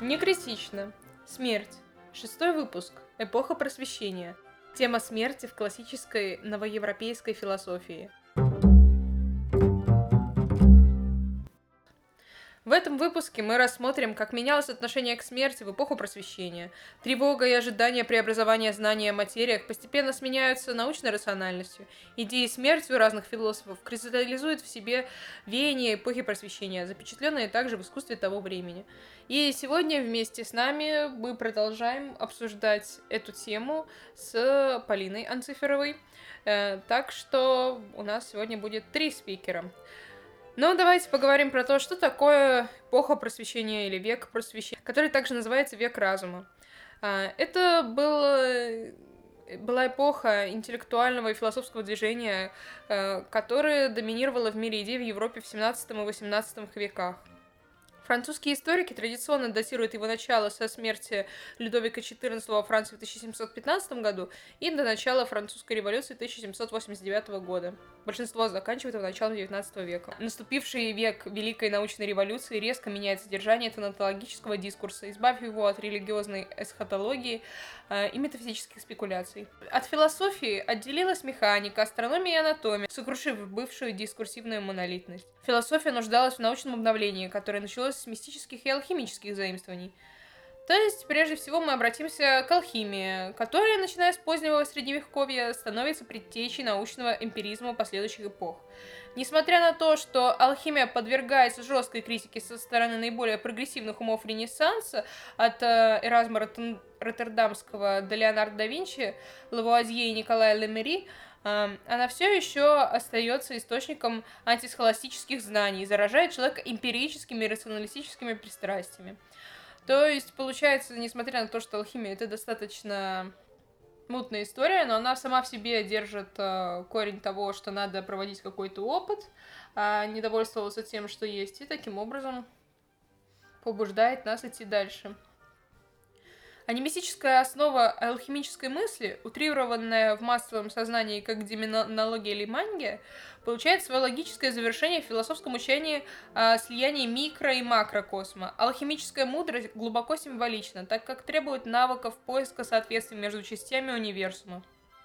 Не критично. Смерть. 6-й выпуск. Эпоха Просвещения. Тема смерти в классической новоевропейской философии. В этом выпуске мы рассмотрим, как менялось отношение к смерти в эпоху Просвещения. Тревога и ожидание преобразования знания о материях постепенно сменяются научной рациональностью. Идеи смерти у разных философов кристаллизуют в себе веяния эпохи Просвещения, запечатленные также в искусстве того времени. И сегодня вместе с нами мы продолжаем обсуждать эту тему с Полиной Анциферовой. Так что у нас сегодня будет 3 спикера. Но давайте поговорим про то, что такое эпоха Просвещения или век Просвещения, который также называется век разума. Это была эпоха интеллектуального и философского движения, которое доминировало в мире идей в Европе в 17 и 18 веках. Французские историки традиционно датируют его начало со смерти Людовика XIV во Франции в 1715 году и до начала Французской революции 1789 года. Большинство заканчивает его началом XIX века. Наступивший век Великой научной революции резко меняет содержание тонатологического дискурса, избавив его от религиозной эсхатологии и метафизических спекуляций. От философии отделилась механика, астрономия и анатомия, сокрушив бывшую дискурсивную монолитность. Философия нуждалась в научном обновлении, которое началось с мистических и алхимических заимствований. То есть, прежде всего, мы обратимся к алхимии, которая, начиная с позднего Средневековья, становится предтечей научного эмпиризма последующих эпох. Несмотря на то, что алхимия подвергается жесткой критике со стороны наиболее прогрессивных умов Ренессанса, от Эразма Роттердамского до Леонардо да Винчи, Лавуазье и Николая Лемери, она все еще остается источником антисхоластических знаний и заражает человека эмпирическими и рационалистическими пристрастиями. То есть, получается, несмотря на то, что алхимия это достаточно мутная история, но она сама в себе держит корень того, что надо проводить какой-то опыт, не довольствоваться тем, что есть, и таким образом побуждает нас идти дальше. Анимистическая основа алхимической мысли, утрированная в массовом сознании как демонология или мангия, получает свое логическое завершение в философском учении о слиянии микро- и макрокосма. Алхимическая мудрость глубоко символична, так как требует навыков поиска соответствий между частями универсума.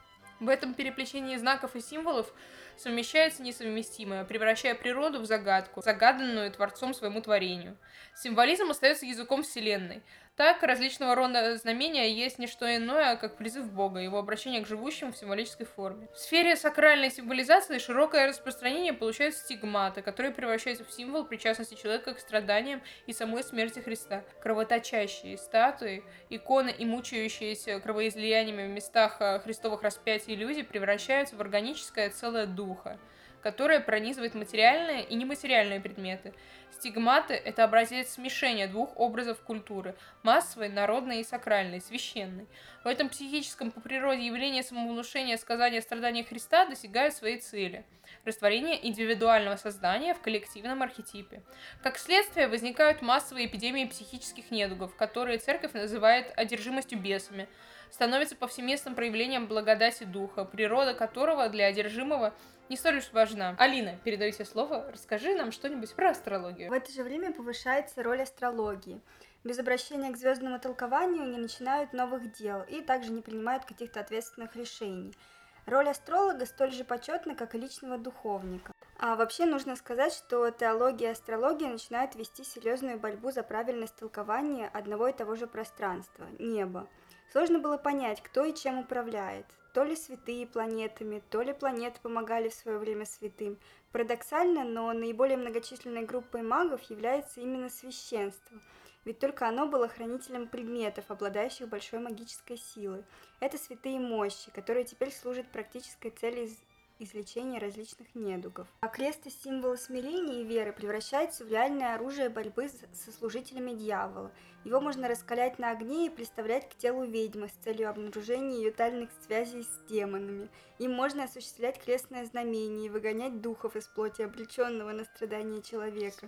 В этом переплетении знаков и символов совмещается несовместимое, превращая природу в загадку, загаданную Творцом своему творению. Символизм остается языком Вселенной. Так, различного рода знамения есть не что иное, как призыв Бога, его обращение к живущему в символической форме. В сфере сакральной символизации широкое распространение получают стигматы, которые превращаются в символ причастности человека к страданиям и самой смерти Христа. Кровоточащие статуи, иконы и мучающиеся кровоизлияниями в местах христовых распятий люди превращаются в органическое целое духа, которое пронизывает материальные и нематериальные предметы. Стигматы – это образец смешения двух образов культуры – массовой, народной и сакральной, священной. В этом психическом по природе явлении самовнушения сказания о страданиях Христа достигают своей цели – растворение индивидуального сознания в коллективном архетипе. Как следствие, возникают массовые эпидемии психических недугов, которые церковь называет одержимостью бесами, становится повсеместным проявлением благодати духа, природа которого для одержимого не столь уж важна. Алина, передаю тебе слово, расскажи нам что-нибудь про астрологию. В это же время повышается роль астрологии. Без обращения к звездному толкованию не начинают новых дел и также не принимают каких-то ответственных решений. Роль астролога столь же почетна, как и личного духовника. А вообще нужно сказать, что теология и астрология начинают вести серьезную борьбу за правильность толкования одного и того же пространства – неба. Сложно было понять, кто и чем управляет. То ли святые планетами, то ли планеты помогали в свое время святым. Парадоксально, но наиболее многочисленной группой магов является именно священство, ведь только оно было хранителем предметов, обладающих большой магической силой. Это святые мощи, которые теперь служат практической цели излечения различных недугов. А крест из символа смирения и веры превращается в реальное оружие борьбы со служителями дьявола. Его можно раскалять на огне и приставлять к телу ведьмы с целью обнаружения ее тайных связей с демонами. Им можно осуществлять крестное знамение и выгонять духов из плоти, обреченного на страдания человека.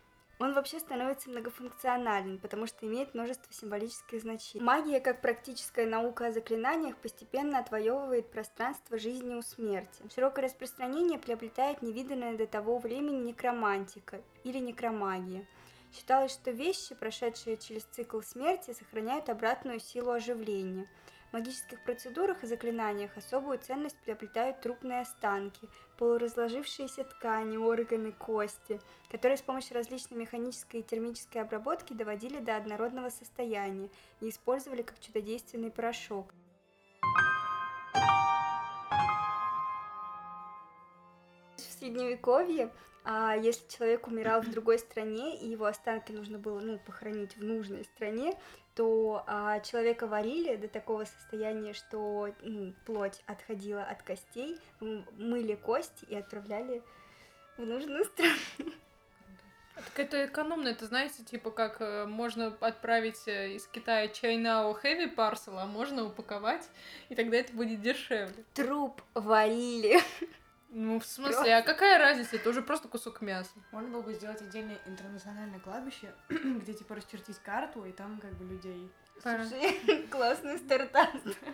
Он вообще становится многофункционален, потому что имеет множество символических значений. Магия, как практическая наука о заклинаниях, постепенно отвоевывает пространство жизни у смерти. Широкое распространение приобретает невиданная до того времени некромантика или некромагия. Считалось, что вещи, прошедшие через цикл смерти, сохраняют обратную силу оживления. В магических процедурах и заклинаниях особую ценность приобретают трупные останки, полуразложившиеся ткани, органы, кости, которые с помощью различной механической и термической обработки доводили до однородного состояния и использовали как чудодейственный порошок. В Средневековье, если человек умирал в другой стране и его останки нужно было похоронить в нужной стране, то человека варили до такого состояния, что плоть отходила от костей, мыли кости и отправляли в нужную страну. Так это экономно, это, знаете, типа как можно отправить из Китая Чайнао Heavy Parcel, а можно упаковать, и тогда это будет дешевле. Труп варили. Ну, в смысле, а какая разница? Это уже просто кусок мяса. Можно было бы сделать отдельное интернациональное кладбище, где, типа, расчертить карту, и там, как бы, людей... Слушай, классный стартап.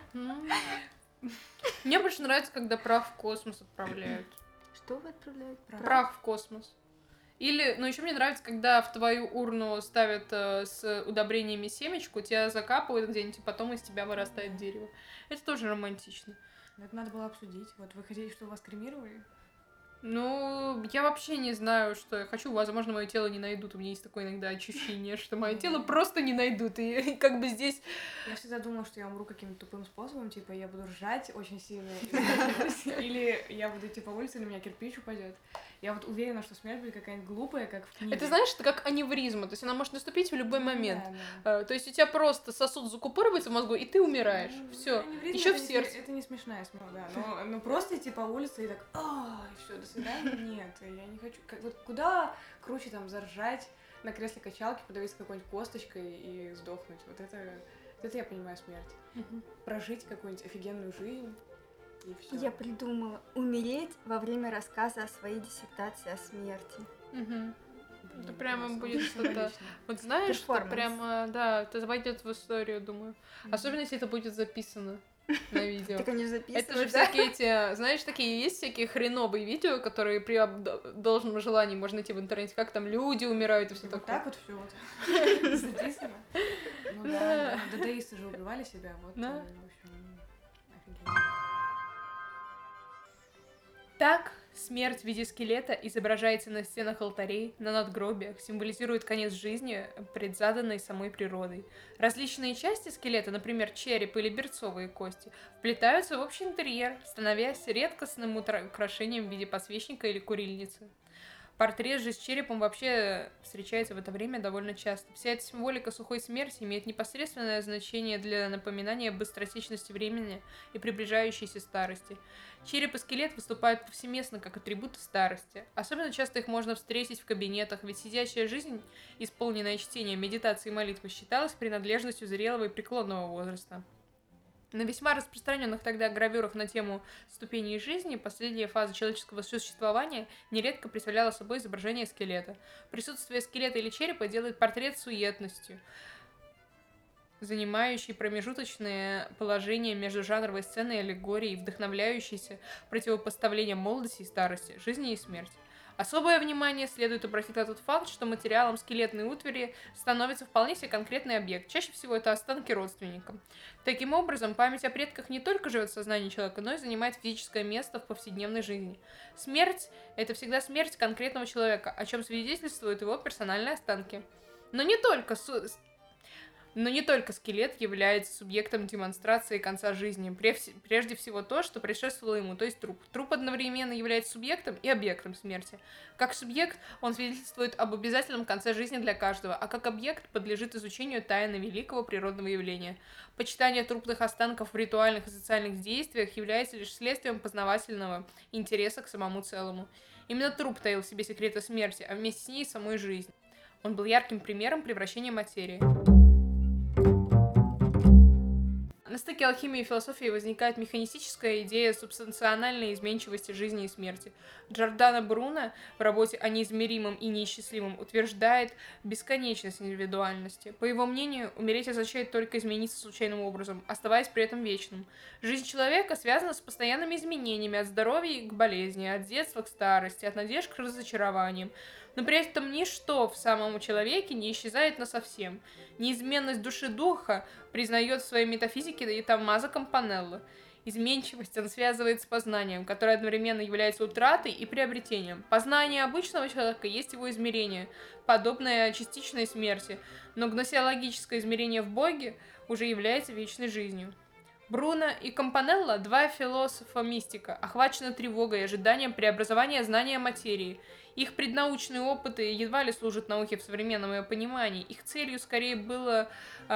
Мне больше нравится, когда прах в космос отправляют. Что вы отправляете? Прах в космос. Или, еще мне нравится, когда в твою урну ставят с удобрениями семечку, тебя закапывают где-нибудь, и потом из тебя вырастает дерево. Это тоже романтично. Это надо было обсудить. Вот вы хотели, чтобы вас кремировали? Ну, я вообще не знаю, что я хочу. Возможно, мое тело не найдут. У меня есть такое иногда ощущение, что мое тело просто не найдут. И как бы здесь... Я всегда думала, что я умру каким-то тупым способом. Типа, я буду ржать очень сильно. Или я буду идти по улице, на меня кирпич упадет. Я вот уверена, что смерть будет какая-нибудь глупая, как в книге. Это, знаешь, это как аневризма. То есть она может наступить в любой момент. Да. То есть у тебя просто сосуд закупоривается в мозгу, и ты умираешь. Все. Еще в сердце. Это не смешная смерть, да. Но просто идти по улице и так, все, до свидания. Нет, я не хочу. Вот куда круче там заржать на кресле качалки, подавиться какой-нибудь косточкой и сдохнуть. Вот это я понимаю смерть. Прожить какую-нибудь офигенную жизнь. И всё. Я придумала умереть во время рассказа о своей диссертации о смерти. Это прямо будет что-то... Вот знаешь, что прямо, да, это войдет в историю, думаю. Особенно, если это будет записано на видео. Так они записывают, это же всякие эти, знаешь, такие есть всякие хреновые видео, которые при должном желании можно найти в интернете, как там люди умирают и все такое. Вот так вот все вот записано. Ну да, дадаисты же убивали себя, вот, в общем, офигенно. Так, смерть в виде скелета изображается на стенах алтарей, на надгробиях, символизирует конец жизни, предзаданной самой природой. Различные части скелета, например, череп или берцовые кости, вплетаются в общий интерьер, становясь редкостным украшением в виде подсвечника или курильницы. Портрет же с черепом вообще встречается в это время довольно часто. Вся эта символика сухой смерти имеет непосредственное значение для напоминания быстротечности времени и приближающейся старости. Череп и скелет выступают повсеместно как атрибуты старости. Особенно часто их можно встретить в кабинетах, ведь сидячая жизнь, исполненная чтением, медитацией и молитвы, считалась принадлежностью зрелого и преклонного возраста. На весьма распространенных тогда гравюрах на тему ступеней жизни последняя фаза человеческого существования нередко представляла собой изображение скелета. Присутствие скелета или черепа делает портрет суетностью, занимающий промежуточное положение между жанровой сценой и аллегорией, вдохновляющейся противопоставлением молодости и старости, жизни и смерти. Особое внимание следует обратить на тот факт, что материалом скелетной утвари становится вполне себе конкретный объект. Чаще всего это останки родственникам. Таким образом, память о предках не только живет в сознании человека, но и занимает физическое место в повседневной жизни. Смерть – это всегда смерть конкретного человека, о чем свидетельствуют его персональные останки. Но не только скелет является субъектом демонстрации конца жизни. Прежде всего то, что предшествовало ему, то есть труп. Труп одновременно является субъектом и объектом смерти. Как субъект он свидетельствует об обязательном конце жизни для каждого, а как объект подлежит изучению тайны великого природного явления. Почитание трупных останков в ритуальных и социальных действиях является лишь следствием познавательного интереса к самому целому. Именно труп таил в себе секреты смерти, а вместе с ней самой жизни. Он был ярким примером превращения материи. На стыке алхимии и философии возникает механистическая идея субстанциональной изменчивости жизни и смерти. Джордано Бруно в работе о неизмеримом и неисчислимом утверждает бесконечность индивидуальности. По его мнению, умереть означает только измениться случайным образом, оставаясь при этом вечным. Жизнь человека связана с постоянными изменениями от здоровья к болезни, от детства к старости, от надежд к разочарованиям. Но при этом ничто в самом человеке не исчезает насовсем. Неизменность души духа признает в своей метафизике и Томмазо Кампанелло. Изменчивость он связывает с познанием, которое одновременно является утратой и приобретением. Познание обычного человека есть его измерение, подобное частичной смерти, но гносеологическое измерение в Боге уже является вечной жизнью. Бруно и Кампанелло – два философа-мистика, охвачены тревогой и ожиданием преобразования знания материи. Их преднаучные опыты едва ли служат науке в современном ее понимании. Их целью скорее было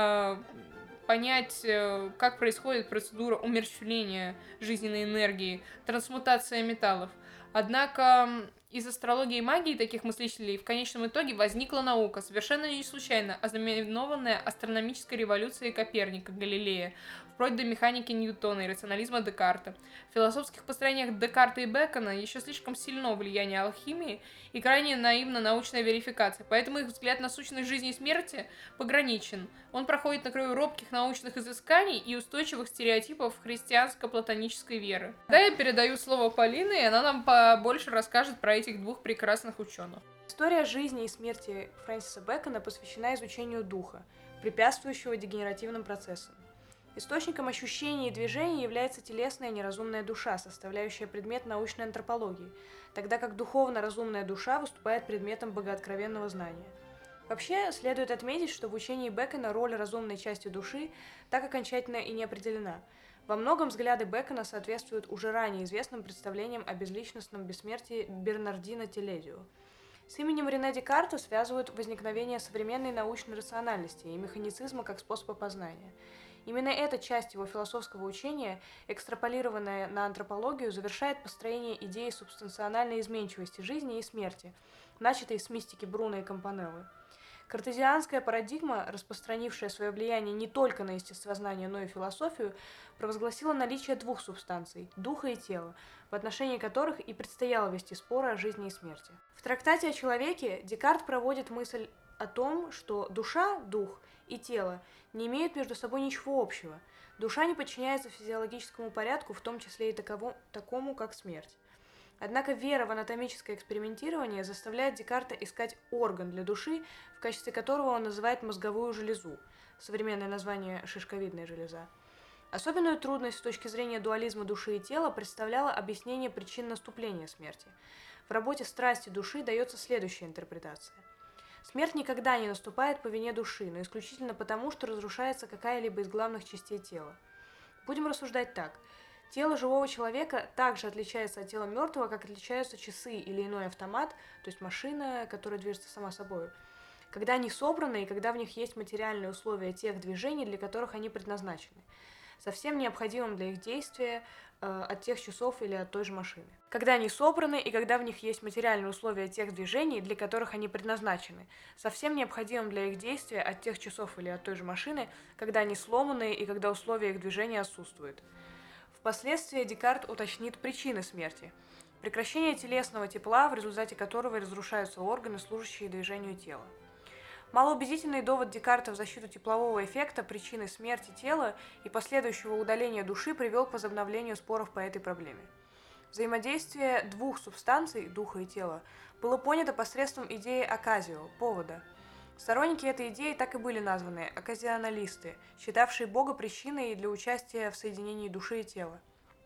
понять, как происходит процедура умерщвления жизненной энергии, трансмутация металлов. Однако из астрологии и магии таких мыслителей в конечном итоге возникла наука, совершенно не случайно ознаменованная астрономической революцией Коперника, Галилея, вплоть до механики Ньютона и рационализма Декарта. В философских построениях Декарта и Бэкона еще слишком сильно влияние алхимии и крайне наивна научная верификация, поэтому их взгляд на сущность жизни и смерти пограничен. Он проходит на краю робких научных изысканий и устойчивых стереотипов христианско-платонической веры. Да, я передаю слово Полине, и она нам побольше расскажет про этих двух прекрасных ученых. История жизни и смерти Фрэнсиса Бэкона посвящена изучению духа, препятствующего дегенеративным процессам. Источником ощущений и движений является телесная неразумная душа, составляющая предмет научной антропологии, тогда как духовно-разумная душа выступает предметом богооткровенного знания. Вообще, следует отметить, что в учении Бэкона роль разумной части души так окончательно и не определена. Во многом взгляды Бэкона соответствуют уже ранее известным представлениям о безличностном бессмертии Бернардино Телезио. С именем Рене Декарта связывают возникновение современной научной рациональности и механицизма как способа познания. Именно эта часть его философского учения, экстраполированная на антропологию, завершает построение идеи субстанциональной изменчивости жизни и смерти, начатой с мистики Бруно и Кампанеллы. Картезианская парадигма, распространившая свое влияние не только на естествознание, но и философию, провозгласила наличие двух субстанций – духа и тела, в отношении которых и предстояло вести споры о жизни и смерти. В трактате о человеке Декарт проводит мысль о том, что душа, дух и тело не имеют между собой ничего общего. Душа не подчиняется физиологическому порядку, в том числе и такому, как смерть. Однако вера в анатомическое экспериментирование заставляет Декарта искать орган для души, в качестве которого он называет мозговую железу, современное название – шишковидная железа. Особенную трудность с точки зрения дуализма души и тела представляло объяснение причин наступления смерти. В работе «Страсти души» дается следующая интерпретация. Смерть никогда не наступает по вине души, но исключительно потому, что разрушается какая-либо из главных частей тела. Будем рассуждать так. Тело живого человека также отличается от тела мертвого, как отличаются часы или иной автомат, то есть машина, которая движется сама собой, когда они собраны и когда в них есть материальные условия тех движений, для которых они предназначены, со всем необходимым для их действия от тех часов или от той же машины. Когда они собраны и когда в них есть материальные условия тех движений, для которых они предназначены, со всем необходимым для их действия от тех часов или от той же машины, когда они сломаны и когда условия их движения отсутствуют. Впоследствии Декарт уточнит причины смерти. Прекращение телесного тепла, в результате которого разрушаются органы, служащие движению тела. Малоубедительный довод Декарта в защиту теплового эффекта, причины смерти тела и последующего удаления души привел к возобновлению споров по этой проблеме. Взаимодействие двух субстанций, духа и тела, было понято посредством идеи оказио, повода. Сторонники этой идеи так и были названы оказионалисты, считавшие Бога причиной для участия в соединении души и тела.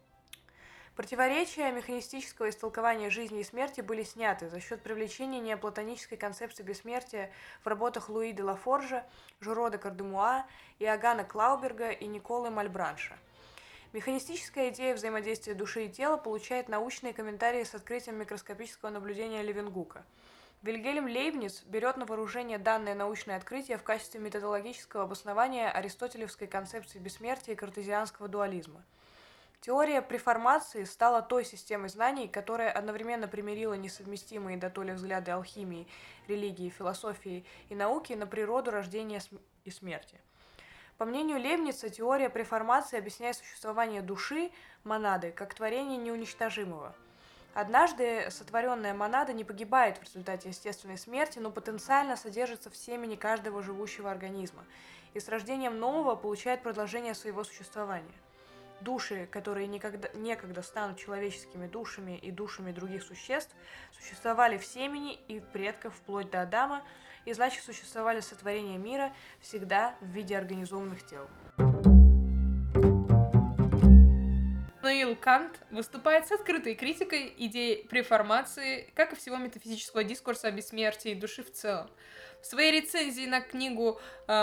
Противоречия механистического истолкования жизни и смерти были сняты за счет привлечения неоплатонической концепции бессмертия в работах Луи де Лафоржа, Журо де Кардемуа, Иоганна Клауберга и Николы Мальбранша. Механистическая идея взаимодействия души и тела получает научные комментарии с открытием микроскопического наблюдения Левенгука. Вильгельм Лейбниц берет на вооружение данное научное открытие в качестве методологического обоснования аристотелевской концепции бессмертия и картезианского дуализма. Теория преформации стала той системой знаний, которая одновременно примирила несовместимые дотоле взгляды алхимии, религии, философии и науки на природу рождения и смерти. По мнению Лейбница, теория преформации объясняет существование души, монады, как творение неуничтожимого. Однажды сотворенная монада не погибает в результате естественной смерти, но потенциально содержится в семени каждого живущего организма и с рождением нового получает продолжение своего существования. Души, которые некогда станут человеческими душами и душами других существ, существовали в семени и предков вплоть до Адама, и значит существовали сотворения мира всегда в виде организованных тел. Иммануил Кант выступает с открытой критикой идей преформации, как и всего метафизического дискурса о бессмертии души в целом. В своей рецензии на книгу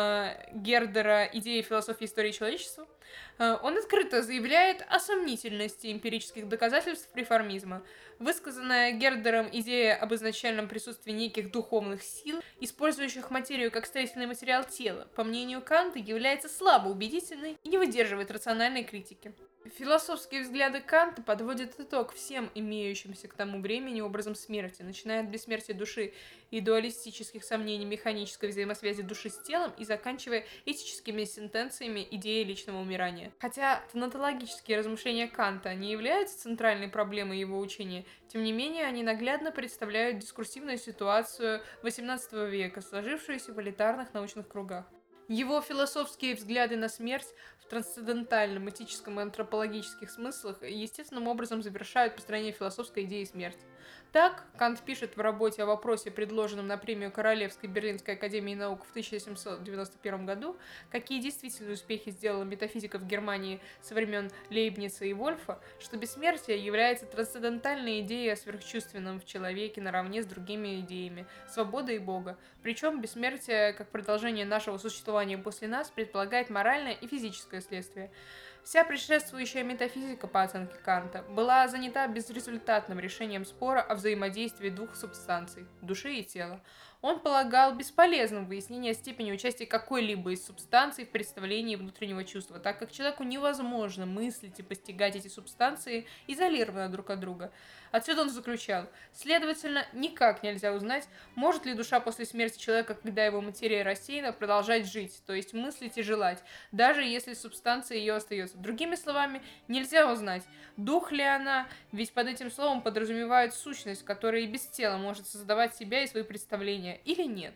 Гердера «Идеи философии истории человечества» он открыто заявляет о сомнительности эмпирических доказательств преформизма. Высказанная Гердером идея об изначальном присутствии неких духовных сил, использующих материю как строительный материал тела, по мнению Канта, является слабо убедительной и не выдерживает рациональной критики. Философские взгляды Канта подводят итог всем имеющимся к тому времени образом смерти, начиная от бессмертия души и дуалистических сомнений механической взаимосвязи души с телом и заканчивая этическими сентенциями идеи личного умирания. Хотя тонатологические размышления Канта не являются центральной проблемой его учения, тем не менее они наглядно представляют дискурсивную ситуацию XVIII века, сложившуюся в элитарных научных кругах. Его философские взгляды на смерть в трансцендентальном, этическом и антропологических смыслах естественным образом завершают построение философской идеи смерти. Так, Кант пишет в работе о вопросе, предложенном на премию Королевской Берлинской академии наук в 1791 году, какие действительные успехи сделала метафизика в Германии со времен Лейбница и Вольфа, что бессмертие является трансцендентальной идеей о сверхчувственном в человеке наравне с другими идеями свободы и Бога. Причем бессмертие, как продолжение нашего существования после нас, предполагает моральное и физическое следствие. Вся предшествующая метафизика, по оценке Канта, была занята безрезультатным решением спора о взаимодействии двух субстанций – души и тела. Он полагал бесполезным выяснение степени участия какой-либо из субстанций в представлении внутреннего чувства, так как человеку невозможно мыслить и постигать эти субстанции изолированно друг от друга. Отсюда он заключал: следовательно, никак нельзя узнать, может ли душа после смерти человека, когда его материя рассеяна, продолжать жить, то есть мыслить и желать, даже если субстанция ее остается. Другими словами, нельзя узнать, дух ли она, ведь под этим словом подразумевают сущность, которая и без тела может создавать себя и свои представления, или нет.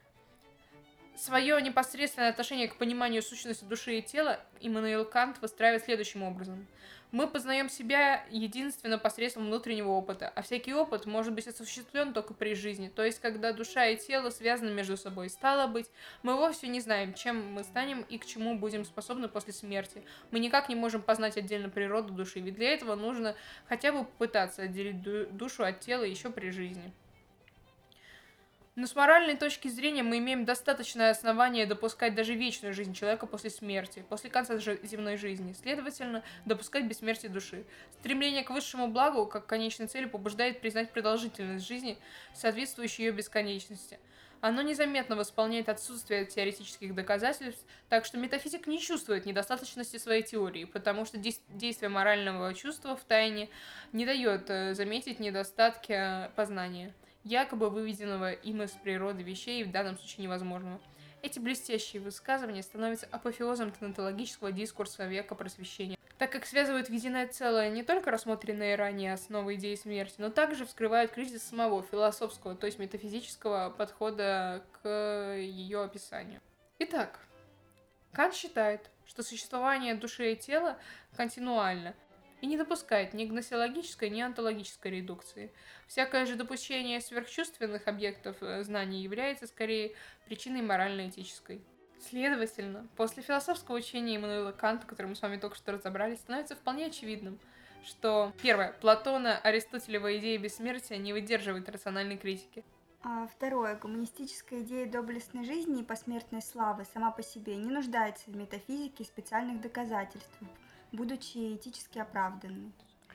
Свое непосредственное отношение к пониманию сущности души и тела Иммануил Кант выстраивает следующим образом. Мы познаем себя единственно посредством внутреннего опыта, а всякий опыт может быть осуществлен только при жизни, то есть когда душа и тело связаны между собой. Стало быть, мы вовсе не знаем, чем мы станем и к чему будем способны после смерти. Мы никак не можем познать отдельно природу души, ведь для этого нужно хотя бы попытаться отделить душу от тела еще при жизни. Но с моральной точки зрения мы имеем достаточное основание допускать даже вечную жизнь человека после смерти, после конца земной жизни, следовательно, допускать бессмертие души. Стремление к высшему благу, как конечной цели, побуждает признать продолжительность жизни, соответствующую ее бесконечности. Оно незаметно восполняет отсутствие теоретических доказательств, так что метафизик не чувствует недостаточности своей теории, потому что действие морального чувства в тайне не дает заметить недостатки познания, якобы выведенного им из природы вещей и в данном случае невозможного. Эти блестящие высказывания становятся апофеозом тонатологического дискурса века Просвещения, так как связывают в единое целое не только рассмотренные ранее основы идеи смерти, но также вскрывают кризис самого философского, то есть метафизического подхода к ее описанию. Итак, Кант считает, что существование души и тела континуально, и не допускает ни гносеологической, ни онтологической редукции. Всякое же допущение сверхчувственных объектов знаний является скорее причиной морально-этической. Следовательно, после философского учения Иммануила Канта, которое мы с вами только что разобрали, становится вполне очевидным, что, первое, Платона, Аристотелева идея бессмертия не выдерживает рациональной критики. Второе, гуманистическая идея доблестной жизни и посмертной славы сама по себе не нуждается в метафизике и специальных доказательствах, будучи этически оправданной.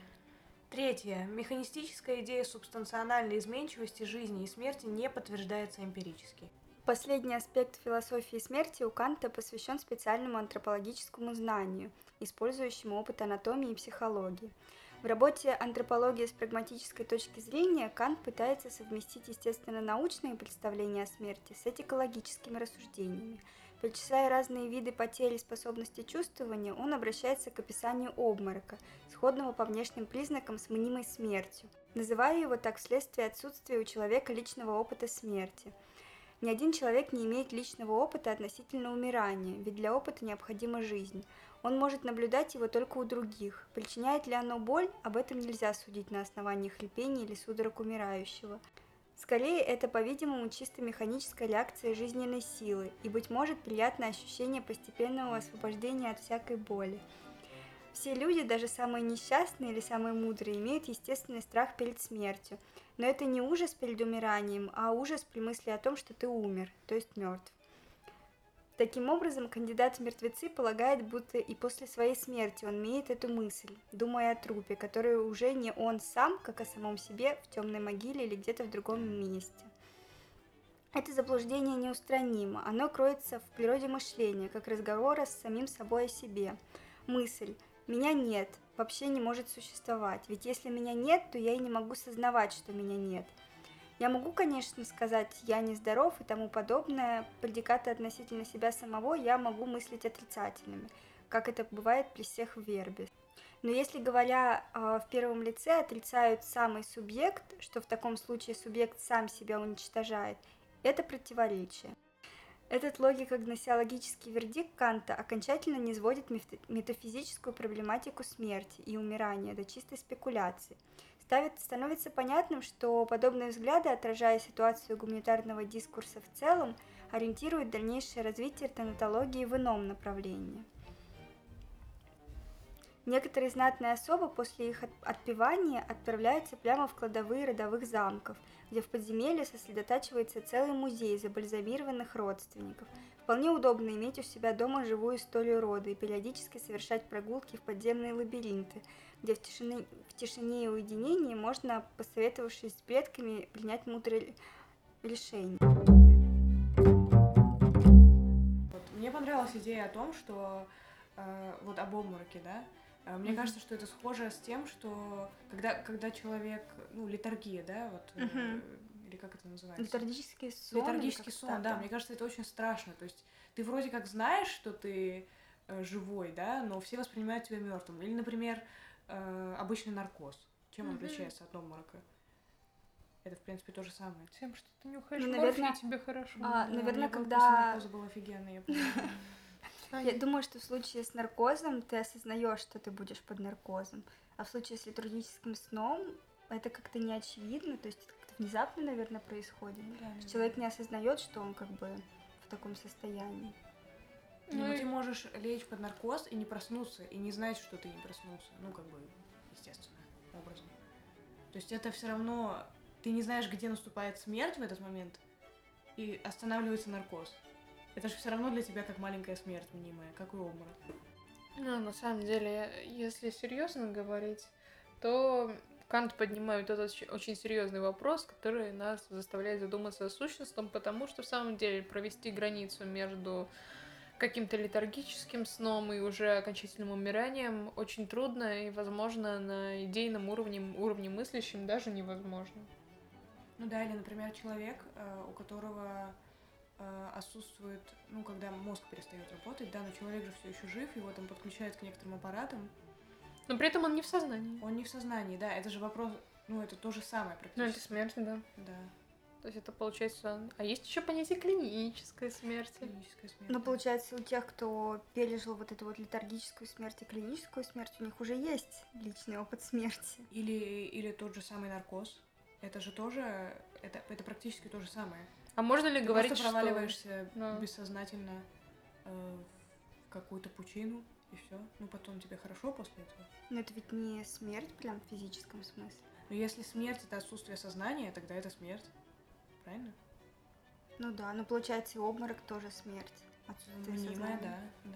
Третье. Механистическая идея субстанциональной изменчивости жизни и смерти не подтверждается эмпирически. Последний аспект философии смерти у Канта посвящен специальному антропологическому знанию, использующему опыт анатомии и психологии. В работе «Антропология с прагматической точки зрения» Кант пытается совместить естественно-научные представления о смерти с этико-логическими рассуждениями. Перечисляя разные виды потери способности чувствования, он обращается к описанию обморока, сходного по внешним признакам с мнимой смертью, называя его так вследствие отсутствия у человека личного опыта смерти. Ни один человек не имеет личного опыта относительно умирания, ведь для опыта необходима жизнь. Он может наблюдать его только у других. Причиняет ли оно боль, об этом нельзя судить на основании хрипения или судорог умирающего. Скорее, это, по-видимому, чисто механическая реакция жизненной силы и, быть может, приятное ощущение постепенного освобождения от всякой боли. Все люди, даже самые несчастные или самые мудрые, имеют естественный страх перед смертью, но это не ужас перед умиранием, а ужас при мысли о том, что ты умер, то есть мертв. Таким образом, кандидат в мертвецы полагает, будто и после своей смерти он имеет эту мысль, думая о трупе, который уже не он сам, как о самом себе, в темной могиле или где-то в другом месте. Это заблуждение неустранимо, оно кроется в природе мышления, как разговора с самим собой о себе. Мысль «меня нет» вообще не может существовать, ведь если меня нет, то я и не могу сознавать, что меня нет. Я могу, конечно, сказать «я нездоров» и тому подобное, предикаты относительно себя самого я могу мыслить отрицательными, как это бывает при всех в вербе. Но если, говоря в первом лице, отрицают самый субъект, что в таком случае субъект сам себя уничтожает, это противоречие. Этот логико-гносеологический вердикт Канта окончательно низводит метафизическую проблематику смерти и умирания до чистой спекуляции. Становится понятным, что подобные взгляды, отражая ситуацию гуманитарного дискурса в целом, ориентируют дальнейшее развитие тонатологии в ином направлении. Некоторые знатные особы после их отпевания отправляются прямо в кладовые родовых замков, где в подземелье сосредотачивается целый музей забальзамированных родственников. Вполне удобно иметь у себя дома живую историю рода и периодически совершать прогулки в подземные лабиринты, где в тишине и уединении можно, посоветовавшись с предками, принять мудрое решение. Мне понравилась идея о том, что вот об обмороке, да. Мне кажется, что это схоже с тем, что когда человек, летаргия, да, вот, или как это называется? Летаргический сон. Летаргический сон, да. Мне кажется, это очень страшно. То есть ты вроде как знаешь, что ты живой, да, но все воспринимают тебя мертвым. Или, например, обычный наркоз. Чем он отличается от обморока? Это, в принципе, то же самое. Тем, что ты нюхаешь морфий, тебе хорошо. Наверное, когда... После наркоза был офигенный, я помню. Я думаю, что в случае с наркозом ты осознаешь, что ты будешь под наркозом, а в случае с литургическим сном это как-то не очевидно, то есть это как-то внезапно, наверное, происходит. Да, человек не осознает, что он как бы в таком состоянии. Ты можешь лечь под наркоз и не проснуться, и не знать, что ты не проснулся. Естественно, образом. То есть это все равно... Ты не знаешь, где наступает смерть в этот момент, и останавливается наркоз. Это же все равно для тебя как маленькая смерть мнимая, как и обморок. На самом деле, если серьезно говорить, то Кант поднимает этот очень серьезный вопрос, который нас заставляет задуматься о сущностном, потому что в самом деле провести границу между каким-то летаргическим сном и уже окончательным умиранием очень трудно и, возможно, на идейном уровне мыслящем даже невозможно. Или, например, человек, у которого отсутствует, когда мозг перестает работать, да, но человек же все еще жив, его там подключают к некоторым аппаратам. Но при этом он не в сознании. Он не в сознании, да, это же вопрос, это то же самое практически. Это смерть, да. Да. То есть это получается... А есть еще понятие клинической смерти. Клиническая смерть. Получается, у тех, кто пережил вот эту вот летаргическую смерть и клиническую смерть, у них уже есть личный опыт смерти. Или тот же самый наркоз. Это же тоже, это практически то же самое. А можно ли говорить, что... Ты просто проваливаешься что... бессознательно в какую-то пучину, и все. Потом тебе хорошо после этого. Но это ведь не смерть прям в физическом смысле. Но если смерть — это отсутствие сознания, тогда это смерть. Правильно? Но получается и обморок тоже смерть. Мнимая, да.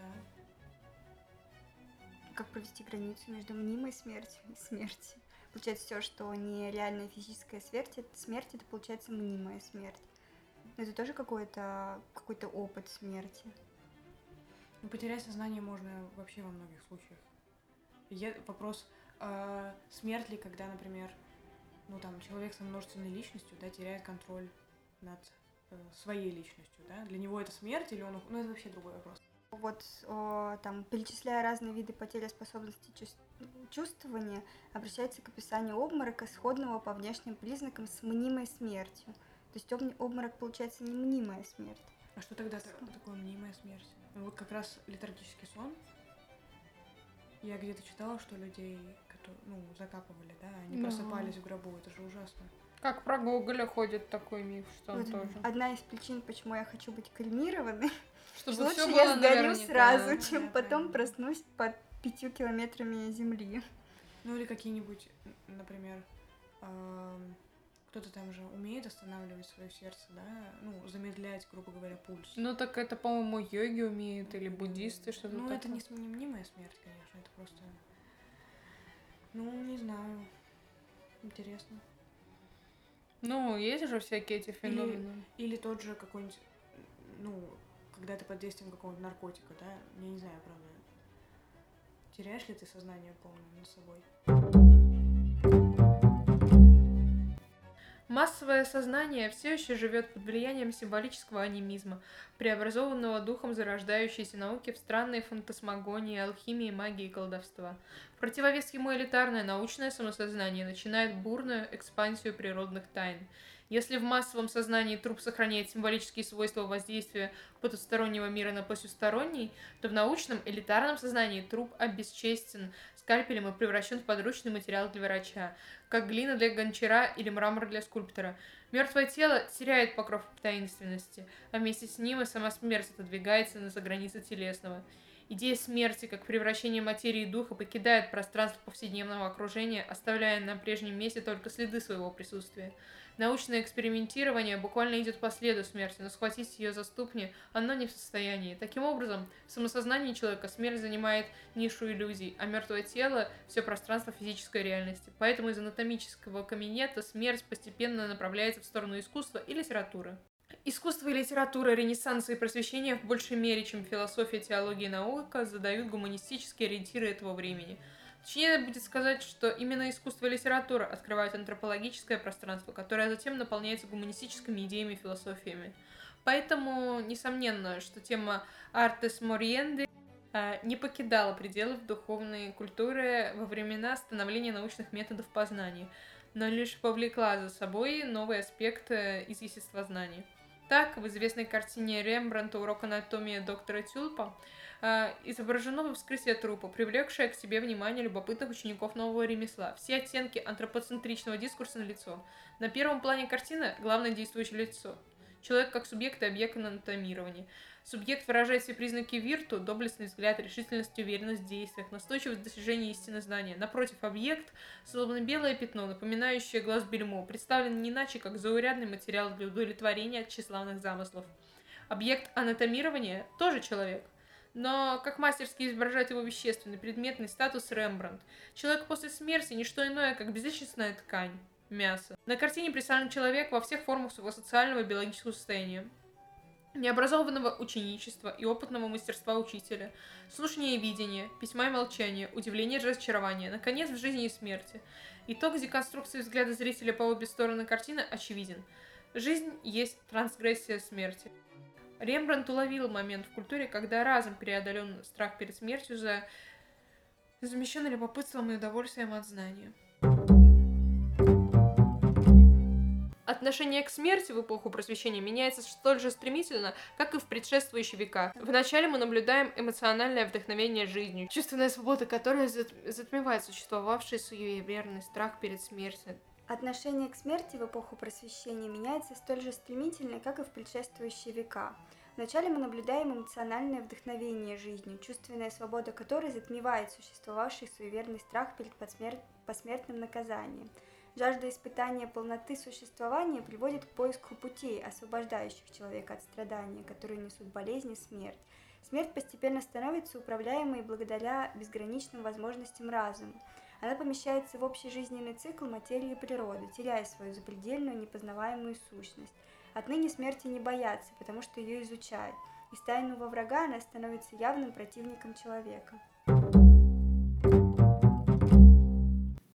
Как провести границу между мнимой смертью и смертью? Получается, все, что не реальная физическая смерть, это получается мнимая смерть. Но это тоже какой-то опыт смерти. Потерять сознание можно вообще во многих случаях. Вопрос, смерть ли, когда, например, человек со множественной личностью, да, теряет контроль над своей личностью, да? Для него это смерть или он... это вообще другой вопрос. Перечисляя разные виды потери способности чувствования, обращается к описанию обморока, сходного по внешним признакам с мнимой смертью. То есть обморок, получается, не мнимая смерть. А что тогда такое мнимая смерть? Как раз летаргический сон? Я где-то читала, что людей, закапывали, да, они Да. просыпались в гробу, это же ужасно. Как про Гоголя ходит такой миф, что он Вот тоже. одна из причин, почему я хочу быть кремированной, Чтобы лучше всё я было сгорю наверняка. сразу, чем Понятно. потом проснусь под 5 километрами земли. Ну или какие-нибудь, например, кто-то там же умеет останавливать свое сердце, да, замедлять, грубо говоря, пульс. Ну так это, по-моему, йоги умеют или буддисты, что-то Ну такое. это не мнимая смерть, конечно, это просто, не знаю, интересно. Ну, есть же всякие эти феномены. Или тот же какой-нибудь, когда ты под действием какого-нибудь наркотика, да, я не знаю, правда, теряешь ли ты сознание полное над собой? Массовое сознание все еще живет под влиянием символического анимизма, преобразованного духом зарождающейся науки в странные фантасмагонии, алхимии, магии и колдовства. В противовес ему элитарное научное самосознание начинает бурную экспансию природных тайн. Если в массовом сознании труп сохраняет символические свойства воздействия потустороннего мира на посюсторонний, то в научном элитарном сознании труп обесчестен скальпелем и превращен в подручный материал для врача, как глина для гончара или мрамор для скульптора. Мертвое тело теряет покров таинственности, а вместе с ним и сама смерть отодвигается на заграницы телесного. Идея смерти, как превращение материи и духа, покидает пространство повседневного окружения, оставляя на прежнем месте только следы своего присутствия. Научное экспериментирование буквально идет по следу смерти, но схватить ее за ступни оно не в состоянии. Таким образом, в самосознании человека смерть занимает нишу иллюзий, а мертвое тело – все пространство физической реальности. Поэтому из анатомического кабинета смерть постепенно направляется в сторону искусства и литературы. Искусство и литература Ренессанса и Просвещения в большей мере, чем философия, теология и наука, задают гуманистические ориентиры этого времени. Точнее будет сказать, что именно искусство и литература открывают антропологическое пространство, которое затем наполняется гуманистическими идеями и философиями. Поэтому, несомненно, что тема «Артес Морьенди» не покидала пределов духовной культуры во времена становления научных методов познания, но лишь повлекла за собой новый аспект из естествознания. Так, в известной картине Рембрандта «Урок анатомии доктора Тюлпа» изображено вскрытие трупа, привлекшее к себе внимание любопытных учеников нового ремесла. Все оттенки антропоцентричного дискурса налицо. На первом плане картины главное действующее лицо. Человек как субъект и объект анатомирования. Субъект выражает все признаки вирту, доблестный взгляд, решительность, уверенность в действиях, настойчивость в достижении истины знания. Напротив, объект, словно белое пятно, напоминающее глаз бельмо, представлен не иначе, как заурядный материал для удовлетворения тщеславных замыслов. Объект анатомирования тоже человек, но как мастерски изображает его вещественный, предметный статус Рембрандт. Человек после смерти – не что иное, как безвещественная ткань, мясо. На картине представлен человек во всех формах своего социального и биологического состояния. Необразованного ученичества и опытного мастерства учителя, слушания и видения, письма и молчания, удивления и разочарования, наконец, в жизни и смерти. Итог деконструкции взгляда зрителя по обе стороны картины очевиден. Жизнь есть трансгрессия смерти. Рембрандт уловил момент в культуре, когда разом преодолен страх перед смертью, замещенный любопытством и удовольствием от знания. Отношение к смерти в эпоху Просвещения меняется столь же стремительно, как и в предшествующие века. Вначале мы наблюдаем эмоциональное вдохновение жизнью, чувственная свобода, которая затмевает существовавший суеверный страх перед смертью. Отношение к смерти в эпоху Просвещения меняется столь же стремительно, как и в предшествующие века. Вначале мы наблюдаем эмоциональное вдохновение жизнью, чувственная свобода которой затмевает существовавший суеверный страх перед посмертным наказанием. Жажда испытания полноты существования приводит к поиску путей, освобождающих человека от страдания, которые несут болезнь и смерть. Смерть постепенно становится управляемой благодаря безграничным возможностям разума. Она помещается в общий жизненный цикл материи и природы, теряя свою запредельную непознаваемую сущность. Отныне смерти не боятся, потому что ее изучают. Из тайного врага она становится явным противником человека.